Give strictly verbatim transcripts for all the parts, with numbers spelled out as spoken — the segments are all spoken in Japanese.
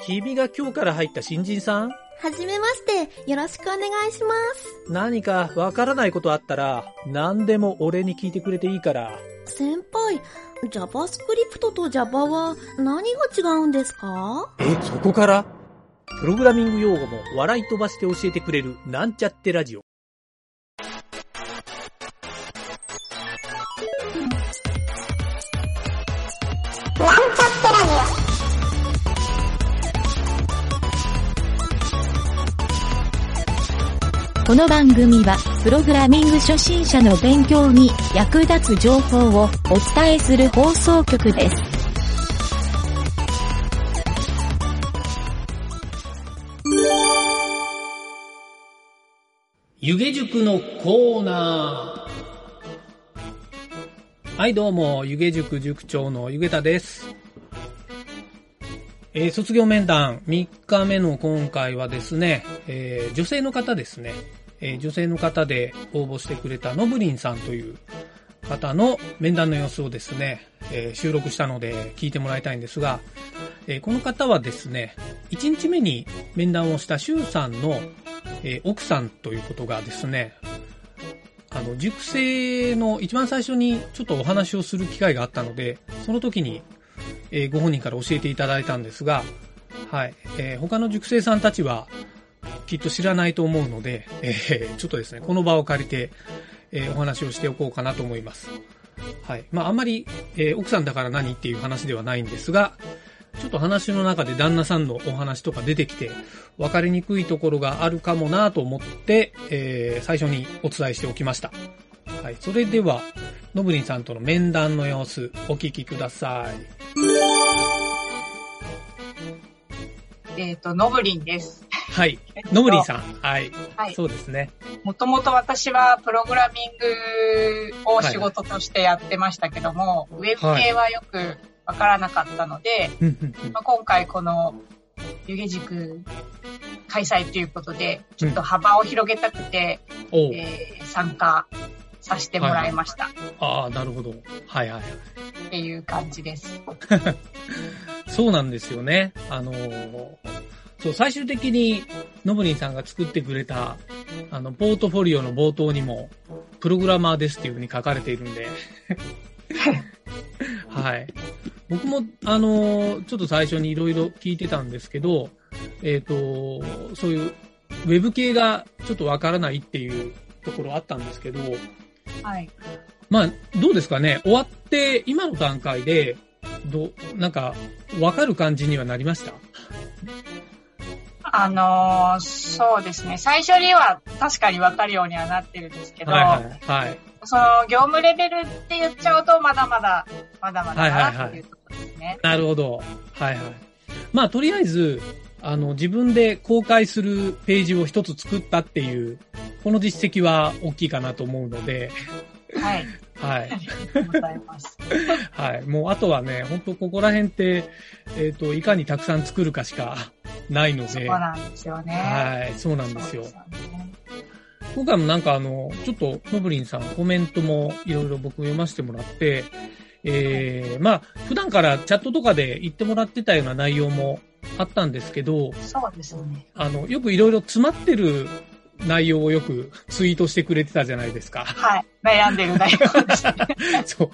君が今日から入った新人さん？ はじめまして、よろしくお願いします。 何かわからないことあったら、何でも俺に聞いてくれていいから。 先輩、JavaScript と Java は何が違うんですか？ え、そこから？プログラミング用語も笑い飛ばして教えてくれるなんちゃってラジオ。 なんちゃってラジオ。 この番組はプログラミング初心者の勉強に役立つ情報をお伝えする放送局です。 湯気塾のコーナー。はい、どうも湯気塾塾長の湯気田です。えー、卒業面談みっかめの今回はですね、えー、女性の方ですね、えー、女性の方で応募してくれたのぶりんさんという方の面談の様子をですね、えー、収録したので聞いてもらいたいんですが、えー、この方はですね、いちにちめに面談をしたしゅうさんの、えー、奥さんということがですね、あの塾生の一番最初にちょっとお話をする機会があったので、その時にえー、ご本人から教えていただいたんですが、はい、えー、他の塾生さんたちはきっと知らないと思うので、えー、ちょっとですね、この場を借りて、えー、お話をしておこうかなと思います。はい、まああんまり、えー、奥さんだから何っていう話ではないんですが、ちょっと話の中で旦那さんのお話とか出てきて分かりにくいところがあるかもなと思って、えー、最初にお伝えしておきました。はい、それではのぶりんさんとの面談の様子お聞きください。 えっと、のぶりんです。 はい。のぶりんさん。はい。はい。そうですね。 もともと私はプログラミングを仕事としてやってましたけども、はい、ウェブ系はよくわからなかったので、はいまあ、今回この湯気塾開催ということで、ちょっと幅を広げたくて、うんえー、参加させてもらいました。はい、 ああ、なるほど。はいはい。 っていう感じです。 そうなんですよね。あのー、そう、最終的にのぶりんさんが作ってくれた、あの、ポートフォリオの冒頭にも、プログラマーですっていう風に書かれているんで。はい。僕も、あのー、ちょっと最初にいろいろ聞いてたんですけど、えっと、そういう、ウェブ系がちょっとわからないっていうところあったんですけど、 はい。 まあ、どうですかね。終わって、今の段階で、ど、なんか、わかる感じにはなりました？ あのー、そうですね。最初には確かにわかるようにはなってるんですけど、はいはいはい、その、業務レベルって言っちゃうと、まだまだ、まだまだだなっていうところですね。はいはいはい、 なるほど。はいはい。まあ、とりあえず、あの、自分で公開するページを一つ作ったっていう、この実績は大きいかなと思うので、 はい。 はい。 ありがとうございます。 はい。もうあとはね、本当ここら辺って、えっと、いかにたくさん作るかしかないので。そうなんですよね。 はい。そうなんですよ。ですよね、今回もなんかあの、ちょっと、のぶりんさんコメントもいろいろ僕読ませてもらって、えー、まあ、普段からチャットとかで言ってもらってたような内容もあったんですけど、 そうですね。 あの、よくいろいろ詰まってる内容をよくツイートしてくれてたじゃないですか。 はい。悩んでる内容ですね。 そう。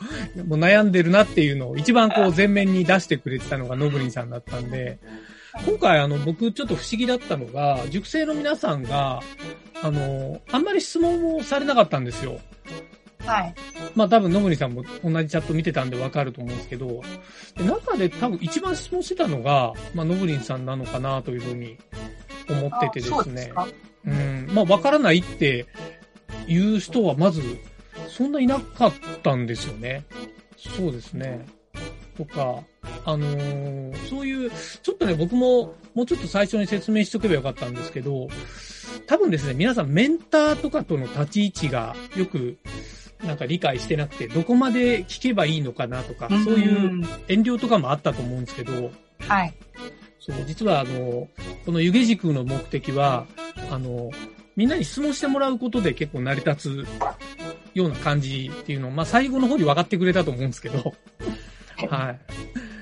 もう悩んでるなっていうのを一番こう前面に出してくれてたのがのぶりんさんだったんで、今回あの僕ちょっと不思議だったのが、塾生の皆さんが、あの、あんまり質問をされなかったんですよ。 はい。 まあ多分のぶりんさんも同じチャット見てたんでわかると思うんですけど、で中で多分一番質問してたのが、まあのぶりんさんなのかなというふうに思っててですね。そうですか？うん、まあ、わからないっていう人はまず、そんないなかったんですよね。そうですね。とか、あのー、そういう、ちょっとね、僕も、もうちょっと最初に説明しとけばよかったんですけど、多分ですね、皆さんメンターとかとの立ち位置がよく、なんか理解してなくて、どこまで聞けばいいのかなとか、そういう遠慮とかもあったと思うんですけど、 はい。 そう、実はあの、この湯気塾の目的は、あの、みんなに質問してもらうことで結構成り立つような感じっていうのを、まあ最後の方に分かってくれたと思うんですけど、はい。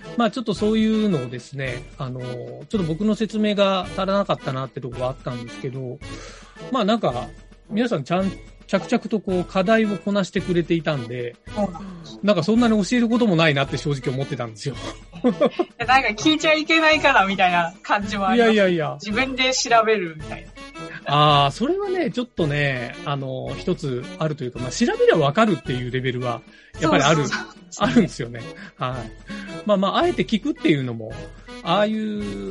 まあちょっとそういうのをですね、あの、ちょっと僕の説明が足らなかったなってとこがあったんですけど、まあなんか、皆さんちゃん、着々とこう課題をこなしてくれていたんで、なんかそんなに教えることもないなって正直思ってたんですよ。 なんか聞いちゃいけないからみたいな感じもあります。 いやいやいや。 自分で調べるみたいな。 ああ、それはね、ちょっとね、あの、一つあるというか、まあ調べればわかるっていうレベルは、やっぱりある、 そうそうそうあるんですよね。はい。まあまあ、あえて聞くっていうのも、ああいう、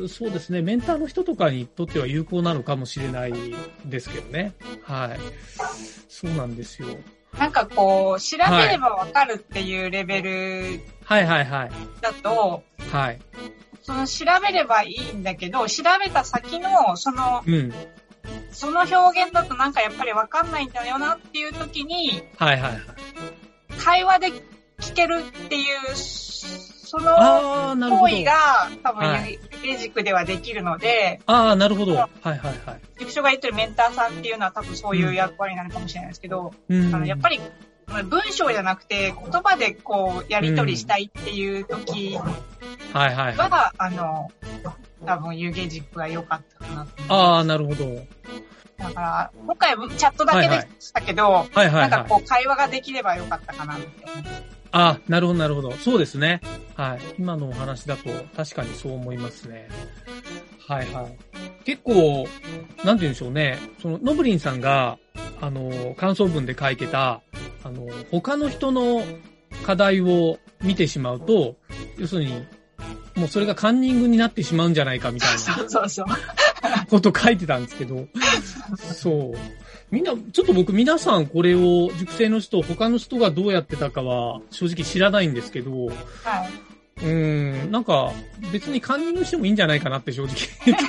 そうですね、メンターの人とかにとっては有効なのかもしれないですけどね。はい。そうなんですよ。 なんかこう、調べればわかるっていうレベルはいはいはい。 だと、 はい。 その調べればいいんだけど、調べた先の、その、 うん。 その表現だとなんかやっぱりわかんないんだよなっていう時に、 はいはいはい。 会話で聞けるっていう、その行為が多分、はい、ベージックではできるので、 ああ、なるほど。はいはいはい。 塾長が言ってるメンターさんっていうのは多分そういう役割なのかもしれないですけど、 うん、 あのやっぱり文章じゃなくて言葉でこうやり取りしたいっていう時は、 うん、はいはいはい。 あの、多分有言実行が良かったかなと思います。 ああ、なるほど。 だから、今回はチャットだけでしたけど、はいはいはいはい、なんかこう会話ができればよかったかなって思います。 ああ、なるほどなるほど。そうですね。はい。今のお話だと確かにそう思いますね。はいはい。結構、なんて言うんでしょうね。その、ノブリンさんが、あの、感想文で書いてた、あの、他の人の課題を見てしまうと、要するに、もうそれがカンニングになってしまうんじゃないかみたいな。 そうそうそう。 こと書いてたんですけど、そう。みんな、ちょっと僕皆さんこれを塾生の人、他の人がどうやってたかは正直知らないんですけど、はい。うーん、なんか別にカンニングしてもいいんじゃないかなって正直。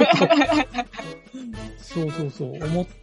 そうそうそう、思って、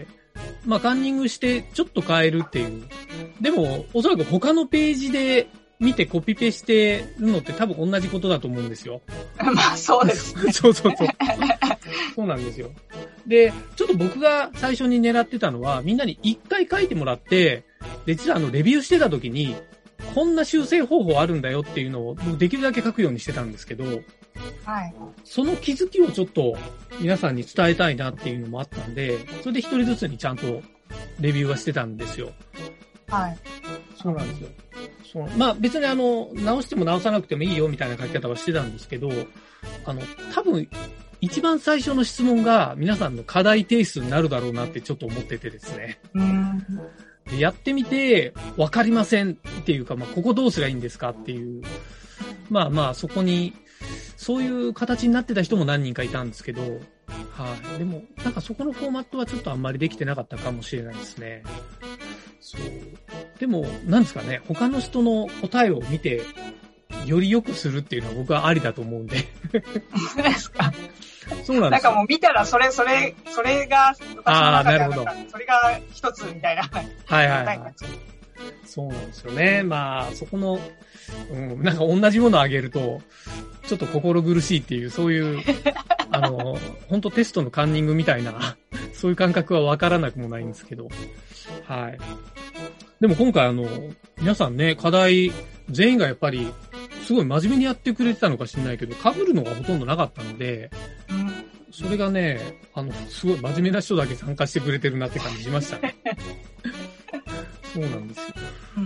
まあカンニングしてちょっと変えるっていう。でも、おそらく他のページで見てコピペしてるのって多分同じことだと思うんですよ。 まあそうです、ね。 そうそうそう。そうなんですよ。で、ちょっと僕が最初に狙ってたのは、みんなに一回書いてもらって、で、実はあの、レビューしてた時に、こんな修正方法あるんだよっていうのを、できるだけ書くようにしてたんですけど、 はい。 その気づきをちょっと皆さんに伝えたいなっていうのもあったんで、それで一人ずつにちゃんとレビューはしてたんですよ。 はい。 そうなんですよ。そう。まあ別にあの、直しても直さなくてもいいよみたいな書き方はしてたんですけど、あの、多分、一番最初の質問が皆さんの課題提出になるだろうなってちょっと思っててですね。 うん。 でやってみて、わかりませんっていうか、まあ、ここどうすりゃいいんですかっていう。まあまあ、そこに、そういう形になってた人も何人かいたんですけど、はい。でも、なんかそこのフォーマットはちょっとあんまりできてなかったかもしれないですね。そう。でも、なんですかね、他の人の答えを見て、より良くするっていうのは僕はありだと思うんで。 そうですか。 そうなんですよ。 なんかもう見たらそれ、それ、それが、 ああ、なるほど。 それが一つみたいな。 はいはいはい。そうなんですよね。まあ、そこの、うん、なんか同じものをあげると、ちょっと心苦しいっていう、そういう、あの、本当テストのカンニングみたいな、そういう感覚はわからなくもないんですけど。はい。でも今回あの、皆さんね、課題、全員がやっぱり、すごい真面目にやってくれてたのか知らないけど、被るのがほとんどなかったので、うん、それがね、あの、すごい真面目な人だけ参加してくれてるなって感じしましたね。そうなんですよ。うん、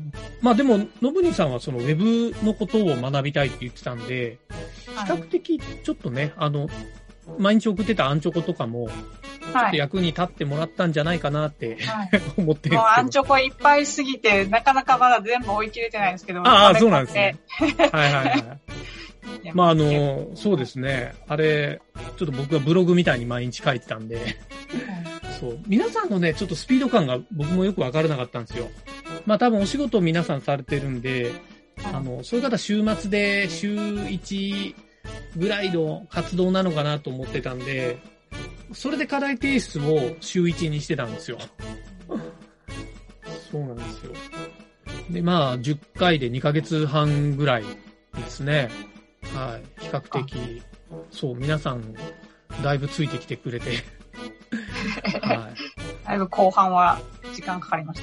まあでも、のぶにさんはそのウェブのことを学びたいって言ってたんで、比較的ちょっとね、あの、毎日送ってたアンチョコとかも、ちょっと役に立ってもらったんじゃないかなって、はい、思ってるんですけど。もうアンチョコいっぱいすぎて、なかなかまだ全部追い切れてないんですけど。 ああ、そうなんですね。はいはいはい。まああの、そうですね。あれ、ちょっと僕がブログみたいに毎日書いてたんで、そう。皆さんのね、ちょっとスピード感が僕もよくわからなかったんですよ。まあ多分お仕事を皆さんされてるんで、あの、そういう方週末で週いちぐらいの活動なのかなと思ってたんで、それで課題提出を週いちにしてたんですよ。そうなんですよ。で、まあ、じゅっかいでにかげつはんぐらいですね。はい。比較的、そう、皆さん、だいぶついてきてくれて。 はい。だいぶ後半は時間かかりました。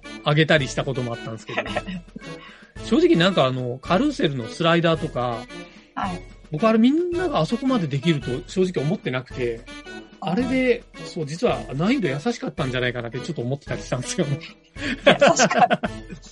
ああ、後半ね。ちょっと、まあ難易度も上げたりしたこともあったんですけど。 正直なんかあの、カルーセルのスライダーとか、 はい。 僕あれみんながあそこまでできると正直思ってなくて、あれで、そう、実は難易度優しかったんじゃないかなってちょっと思ってたりしたんですよね。 優しかった。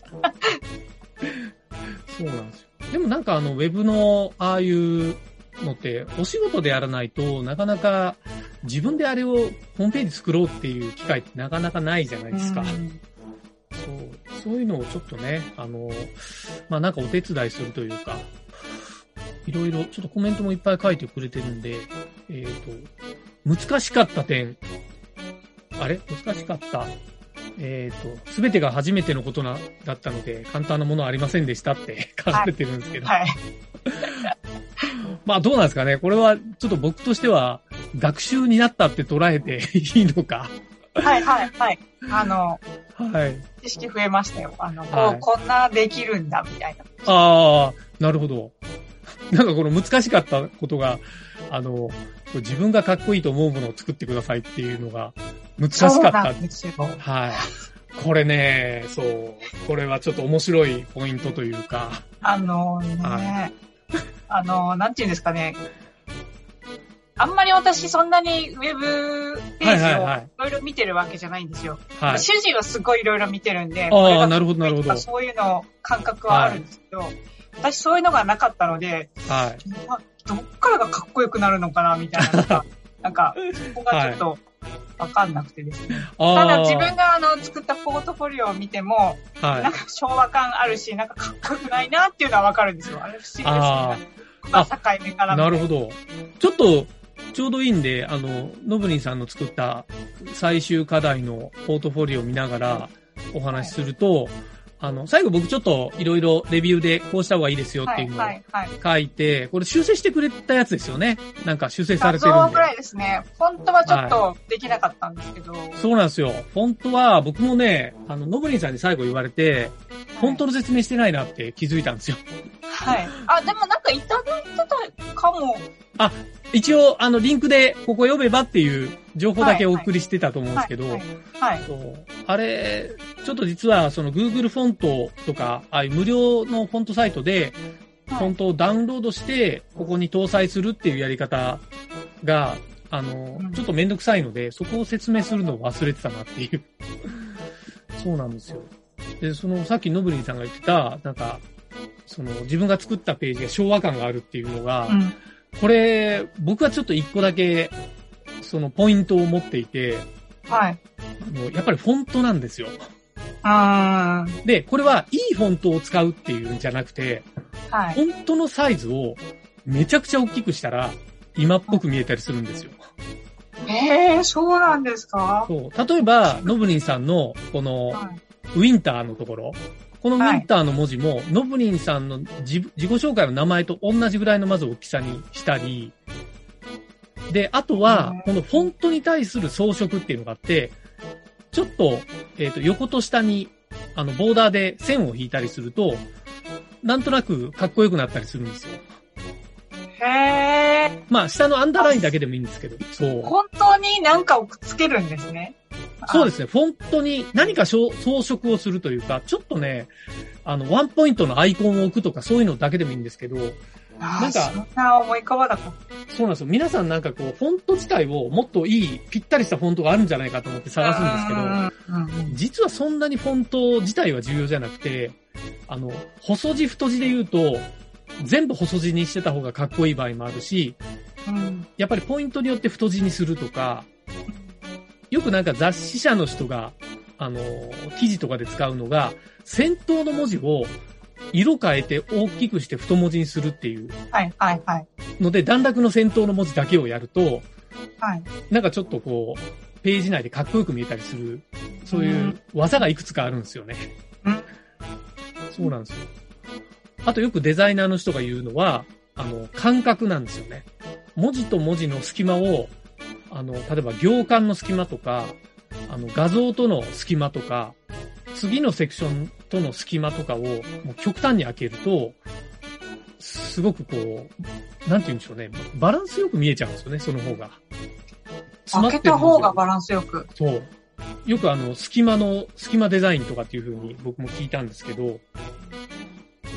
そうなんですよ。でもなんかあの、ウェブのああいうのって、お仕事でやらないとなかなか自分であれをホームページ作ろうっていう機会ってなかなかないじゃないですか。 うんそう、そういうのをちょっとね、あの、まあなんかお手伝いするというか、いろいろちょっとコメントもいっぱい書いてくれてるんで、えっと、難しかった点。あれ難しかった。えっと、すべてが初めてのことな、だったので、簡単なものはありませんでしたって書かれてるんですけど。 はい。 まあどうなんですかね。これはちょっと僕としては、学習になったって捉えていいのか。 はいはいはい。あの、 はい。 知識増えましたよ。あの、こう、 はい、 こんなできるんだ、みたいな。 ああ、なるほど。なんかこの難しかったことが、あの、自分がかっこいいと思うものを作ってくださいっていうのが難しかった。そうなんですよ。 はい。これね、そう、これはちょっと面白いポイントというか。 あのね、はい、あの、なんていうんですかね。あんまり私そんなにウェブページをいろいろ見てるわけじゃないんですよ。はいはいはい、主人はすごいいろいろ見てるんで、 ああ、なるほどなるほど。 そういうの感覚はあるんですけど、はい、私そういうのがなかったので、はい、どっからがかっこよくなるのかなみたいな、なんか、そこがちょっとわかんなくてですね。はい、ただ自分があの作ったポートフォリオを見ても、はい、なんか昭和感あるし、なんかかっこよくないなっていうのはわかるんですよ。あれ不思議ですね。ああ、境目から。 なるほど。ちょっと、ちょうどいいんで、あの、ノブリンさんの作った最終課題のポートフォリオを見ながらお話しすると、はい、あの、最後僕ちょっといろいろレビューでこうした方がいいですよっていうのを書いて、これ修正してくれたやつですよね。なんか修正されてるんで。 画像ぐらいですね。フォントはちょっとできなかったんですけど。はい、 そうなんですよ。フォントは僕もね、あの、ノブリンさんに最後言われて、フォントの説明してないなって気づいたんですよ。 はい。あ、でもなんかいただいてたかも。 あ、一応、あの、リンクでここ読めばっていう情報だけお送りしてたと思うんですけど、はい。はい。そう。あれ、ちょっと実は、その Google フォントとか、ああいう無料のフォントサイトで、フォントをダウンロードして、ここに搭載するっていうやり方が、あの、ちょっとめんどくさいので、そこを説明するのを忘れてたなっていう。そうなんですよ。で、その、さっきノブリンさんが言ってた、なんか、その、自分が作ったページが昭和感があるっていうのが、うん、これ、僕はちょっと一個だけ、その、ポイントを持っていて、はい。あの、やっぱりフォントなんですよ。あー。で、これはいいフォントを使うっていうんじゃなくて、はい。フォントのサイズをめちゃくちゃ大きくしたら、今っぽく見えたりするんですよ。 えー、そうなんですか？ そう。例えば、ノブリンさんの、この、はい、ウィンターのところ、このウィンターの文字も、はい、ノブリンさんの 自, 自己紹介の名前と同じぐらいのまず大きさにしたり、で、あとは、このフォントに対する装飾っていうのがあって、ちょっと、えっと、横と下に、あの、ボーダーで線を引いたりすると、なんとなくかっこよくなったりするんですよ。 へー。 まあ、下のアンダーラインだけでもいいんですけど、そう。 本当に何かをくっつけるんですね。 そうですね。フォントに何か装飾をするというか、ちょっとね、あの、ワンポイントのアイコンを置くとかそういうのだけでもいいんですけど、 なんか、そんな思い浮かばなかった。 そうなんですよ。皆さんなんかこう、フォント自体をもっといい、ぴったりしたフォントがあるんじゃないかと思って探すんですけど、うんうん、実はそんなにフォント自体は重要じゃなくて、あの、細字太字で言うと、全部細字にしてた方がかっこいい場合もあるし、うん、やっぱりポイントによって太字にするとか、よくなんか雑誌社の人が、あの、記事とかで使うのが、先頭の文字を色変えて大きくして太文字にするっていう。 はいはいはい。 ので、段落の先頭の文字だけをやると、はい。なんかちょっとこう、ページ内でかっこよく見えたりする、そういう技がいくつかあるんですよね。うん。そうなんですよ。あとよくデザイナーの人が言うのは、あの、間隔なんですよね。文字と文字の隙間を、あの、例えば行間の隙間とか、あの、画像との隙間とか、次のセクションとの隙間とかをもう極端に開けると、すごくこう、なんて言うんでしょうね、バランスよく見えちゃうんですよね、その方が。 開けた方がバランスよく。 そう。よくあの、隙間の、隙間デザインとかっていう風に僕も聞いたんですけど、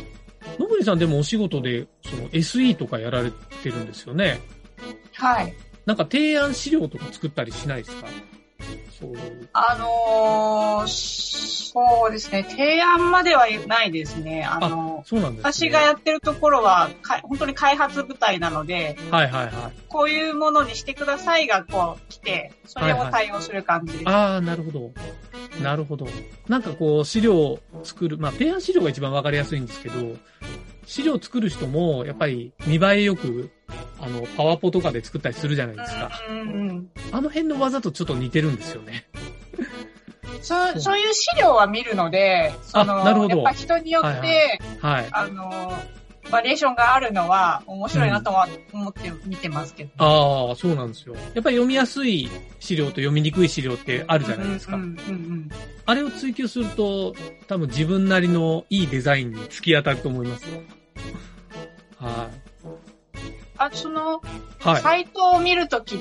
りさんでもお仕事で、その エスイー とかやられてるんですよね。 はい。 なんか提案資料とか作ったりしないですか？そういう。 あのー、そうですね。提案まではないですね。あの、 あ、そうなんですね。 私がやってるところはか、本当に開発部隊なので、 はいはいはい。 こういうものにしてくださいがこう来て、それを対応する感じです。 はいはい、ああ、なるほど。なるほど。なんかこう、資料を作る、まあ、提案資料が一番わかりやすいんですけど、資料を作る人も、やっぱり見栄えよく、あの、パワポとかで作ったりするじゃないですか。 うんうん、 あの辺の技とちょっと似てるんですよね。 そう、そういう資料は見るので、その、なるほど。やっぱ人によって、はいはい、あの、バリエーションがあるのは面白いなとは思って見てますけど、ねうん。ああ、そうなんですよ。やっぱり読みやすい資料と読みにくい資料ってあるじゃないですか。うんうんうんうん、あれを追求すると、多分自分なりのいいデザインに突き当たると思いますよ。はい。 あ、その、はい、サイトを見るときって、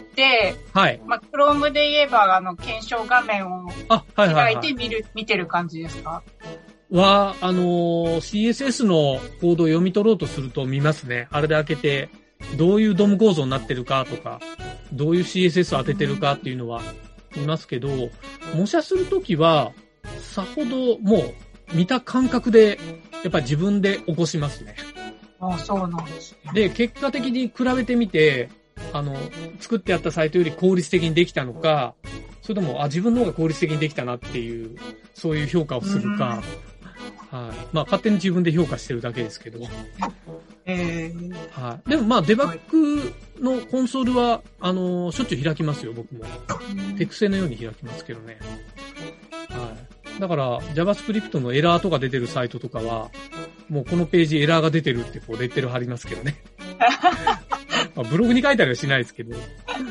はい。まあ、Chrome で言えば、あの、検証画面を開いて見る、はいはいはい、見てる感じですか？ は、あのー、シーエスエス のコードを読み取ろうとすると見ますね。あれで開けて、どういうドーム構造になってるかとか、どういう シーエスエス を当ててるかっていうのは見ますけど、模写するときは、さほどもう見た感覚で、やっぱり自分で起こしますね。 ああ、そうなんですね。 で、結果的に比べてみて、あの、作ってやったサイトより効率的にできたのか、それとも、あ、自分の方が効率的にできたなっていう、そういう評価をするか、はい。まあ、勝手に自分で評価してるだけですけど。 えー、 はい。でもまあ、デバッグのコンソールは、あの、しょっちゅう開きますよ、僕も。手癖のように開きますけどね。はい。だから、JavaScript のエラーとか出てるサイトとかは、もうこのページエラーが出てるってこうレッテル貼りますけどね。まあブログに書いたりはしないですけど。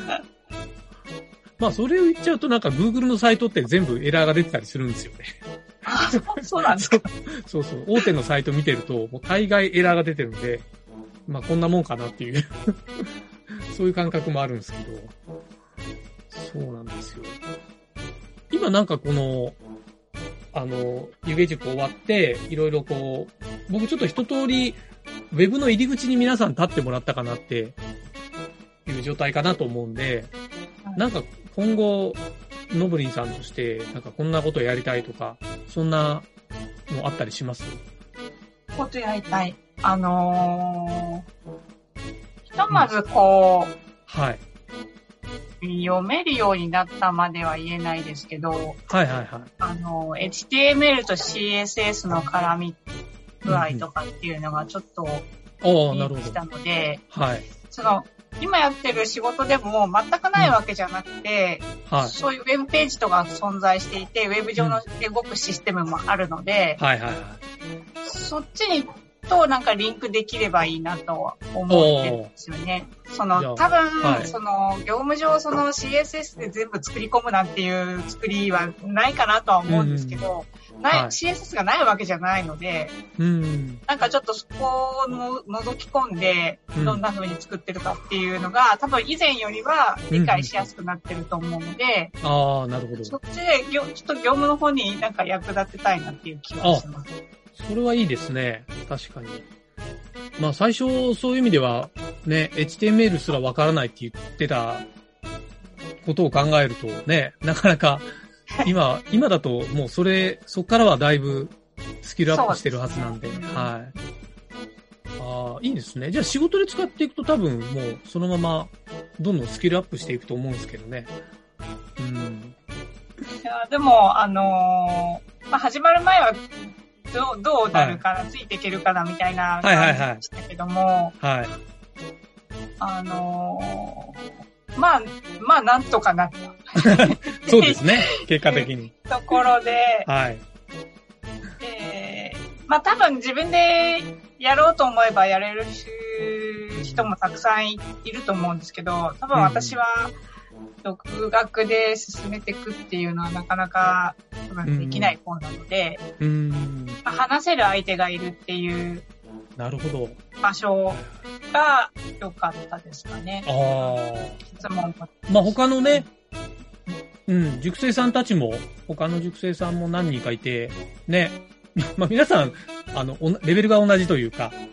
まあそれを言っちゃうとなんか Google のサイトって全部エラーが出てたりするんですよね。 あ、そうなんですか。 そうそう。大手のサイト見てると、もう大概エラーが出てるんで、まあこんなもんかなっていう、そういう感覚もあるんですけど。そうなんですよ。今なんかこの、あの、湯気塾終わって、いろいろこう、僕ちょっと一通り、ウェブの入り口に皆さん立ってもらったかなっていう状態かなと思うんで、なんか今後、ノブリンさんとして、なんかこんなことやりたいとか、そんなのあったりします？ ことやりたい。あのー、ひとまずこう、うん、 はい。 読めるようになったまでは言えないですけど、 はいはいはい。 あの、エイチティーエムエル と シーエスエス の絡み具合とかっていうのがちょっと見えてきたので、 はい。 その、今やってる仕事でも全くないわけじゃなくて、うん、はい、そういうウェブページとか存在していて、ウェブ上の動くシステムもあるので、 うん、はいはいはい。 そっちにとなんかリンクできればいいなと思ってるんですよね。その、多分、はい、その、業務上その シーエスエス で全部作り込むなんていう作りはないかなとは思うんですけど、うん、ない、はい、シーエスエス がないわけじゃないので、うん、なんかちょっとそこをの覗き込んで、どんな風に作ってるかっていうのが、多分以前よりは理解しやすくなってると思うので、 うん、ああ、なるほど。 そっちで、ちょっと業務の方になんか役立てたいなっていう気がします。 それはいいですね。確かに。まあ最初そういう意味ではね、エイチティーエムエル すらわからないって言ってたことを考えるとね、なかなか今、今だともうそれ、そっからはだいぶスキルアップしてるはずなんで、はい。ああ、いいですね。じゃあ仕事で使っていくと多分もうそのままどんどんスキルアップしていくと思うんですけどね。うん。 いや、でも、あのー、まあ始まる前はどう、どうなるかな、はい、ついていけるかなみたいな感じでしたけども、 はいはいはい、 あのー、まあ、まあ、なんとかなった。 そうですね、結果的に。 ところで、 はい。 えー、まあ多分自分でやろうと思えばやれる人もたくさん い, いると思うんですけど、多分私は、独学で進めていくっていうのはなかなか多分できない方なので、 うんうんまあ、話せる相手がいるっていうなるほど場所が良かったですかね。 あ質問まあ他のね、うん、塾生さんたちも他の塾生さんも何人かいてね、まあ皆さんあのレベルが同じというか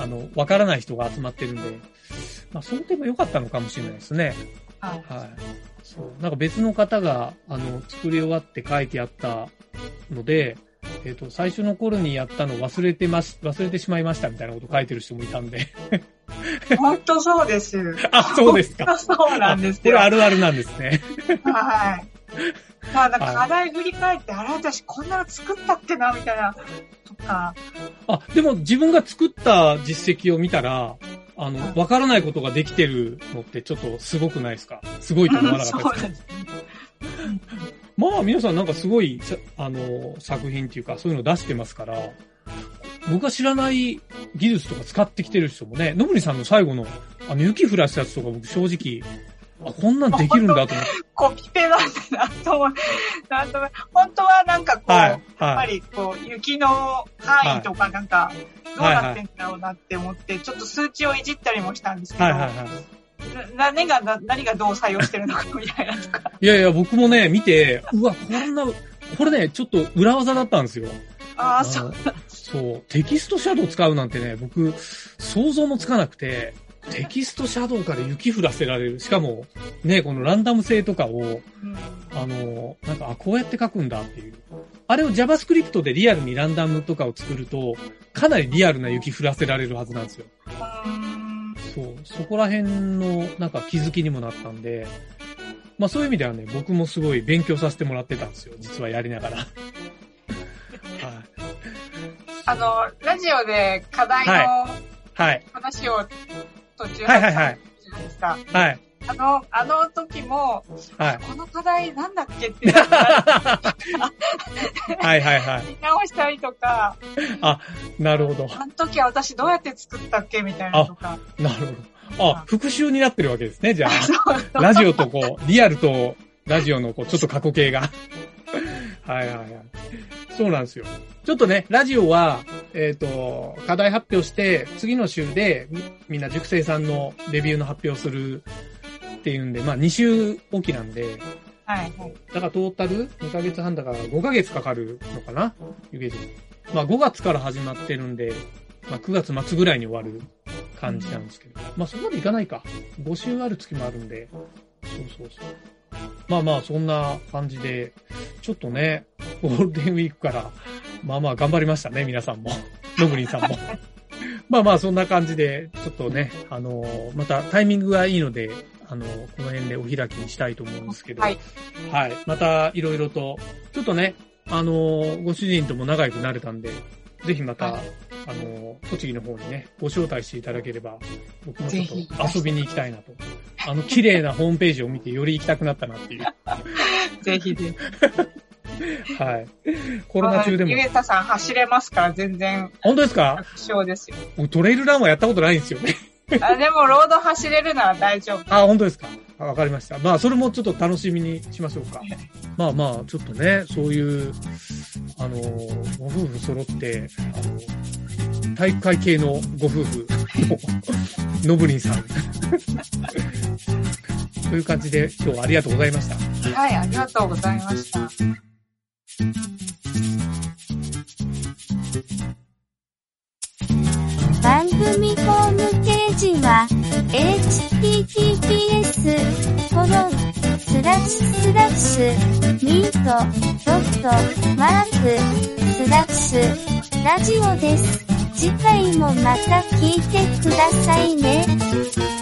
あの、わからない人が集まってるんで、まあ、その点も良かったのかもしれないですね。 はい。 はい。そう。なんか別の方が、あの、作り終わって書いてあったので、えっと、最初の頃にやったの忘れてます、忘れてしまいましたみたいなこと書いてる人もいたんで。 本当そうです。 あ、そうですか。 本当そうなんですよ。 これあるあるなんですね。 はい。まあ、なんか課題振り返って、はい、あれ私こんなの作ったっけなみたいな、とか。 あ、でも自分が作った実績を見たら、あの、わからないことができてるのってちょっとすごくないですか？すごいと思わなかったですか？そうですね。まあ皆さんなんかすごい、あの、作品っていうかそういうの出してますから、僕が知らない技術とか使ってきてる人もね、のぶりさんの最後の、あの、雪降らすやつとか僕正直、あ、こんなんできるんだと思って。 コピペなんてなと思う。なんとも、本当はなんかこう、はいはい、やっぱりこう、雪の範囲とかなんか、どうなってんだろうなって思って、はいはい、ちょっと数値をいじったりもしたんですけど、はいはいはい、何が、何がどう作用してるのかみたいなとか。 いやいや、僕もね、見て、うわ、こんな、これね、ちょっと裏技だったんですよ。 ああ、そうなんです。 そう、テキストシャドウ使うなんてね、僕、想像もつかなくて、テキストシャドウから雪降らせられる。しかも、ね、このランダム性とかを、うん、あの、なんか、あ、こうやって書くんだっていう。あれを JavaScript でリアルにランダムとかを作ると、かなりリアルな雪降らせられるはずなんですよ。そう、そこら辺の、なんか気づきにもなったんで、まあそういう意味ではね、僕もすごい勉強させてもらってたんですよ。実はやりながら。はい。 あの、ラジオで課題の話を途中はいはいはい。 ですか。 はい。 あの、あの時も、はい、この課題なんだっけってなったはいはいはい。 見直したりとか。 あ、なるほど。 あの時は私どうやって作ったっけみたいなとか。 なるほど。あ、復習になってるわけですね、じゃあ。ラジオとこう、リアルとラジオのこう、ちょっと過去形が。はいはいはい。そうなんですよ。ちょっとね、ラジオは、えっと、課題発表して、次の週でみんな塾生さんのレビューの発表するっていうんで、まあに週おきなんで、 はいはい。 だからトータルにかげつはんだからごかげつかかるのかな？湯気で。まあごがつから始まってるんで、まあくがつ末ぐらいに終わる感じなんですけど。まあそこまでいかないか。ご週ある月もあるんで。そうそうそう。まあまあそんな感じで、ちょっとね、ゴールデンウィークから、まあまあ頑張りましたね、皆さんも。のぶりんさんも。まあまあそんな感じで、ちょっとね、あのー、またタイミングがいいので、あのー、この辺でお開きにしたいと思うんですけど。はい。はい。またいろいろと、ちょっとね、あのー、ご主人とも仲良くなれたんで、ぜひまた、はい、あのー、栃木の方にね、ご招待していただければ、僕もちょっと遊びに行きたいなと。あの、綺麗なホームページを見てより行きたくなったなっていう。 ぜひぜひ。 はい。コロナ中でも。 ゆげたさん走れますから全然。 本当ですか？ 楽勝ですよ。 トレイルランはやったことないんですよね。 あ、でもロード走れるなら大丈夫。 あ、本当ですか？わかりました。まあ、それもちょっと楽しみにしましょうか。まあまあ、ちょっとね、そういう、あの、ご夫婦揃って、あの、体育会系のご夫婦の、のぶりんさん。という感じで、今日はありがとうございました。 はい、ありがとうございました。 番組ホームページは エイチティーティーピーエス コロンスラッシュスラッシュミートドットマークスラッシュラジオです。次回もまた聞いてくださいね。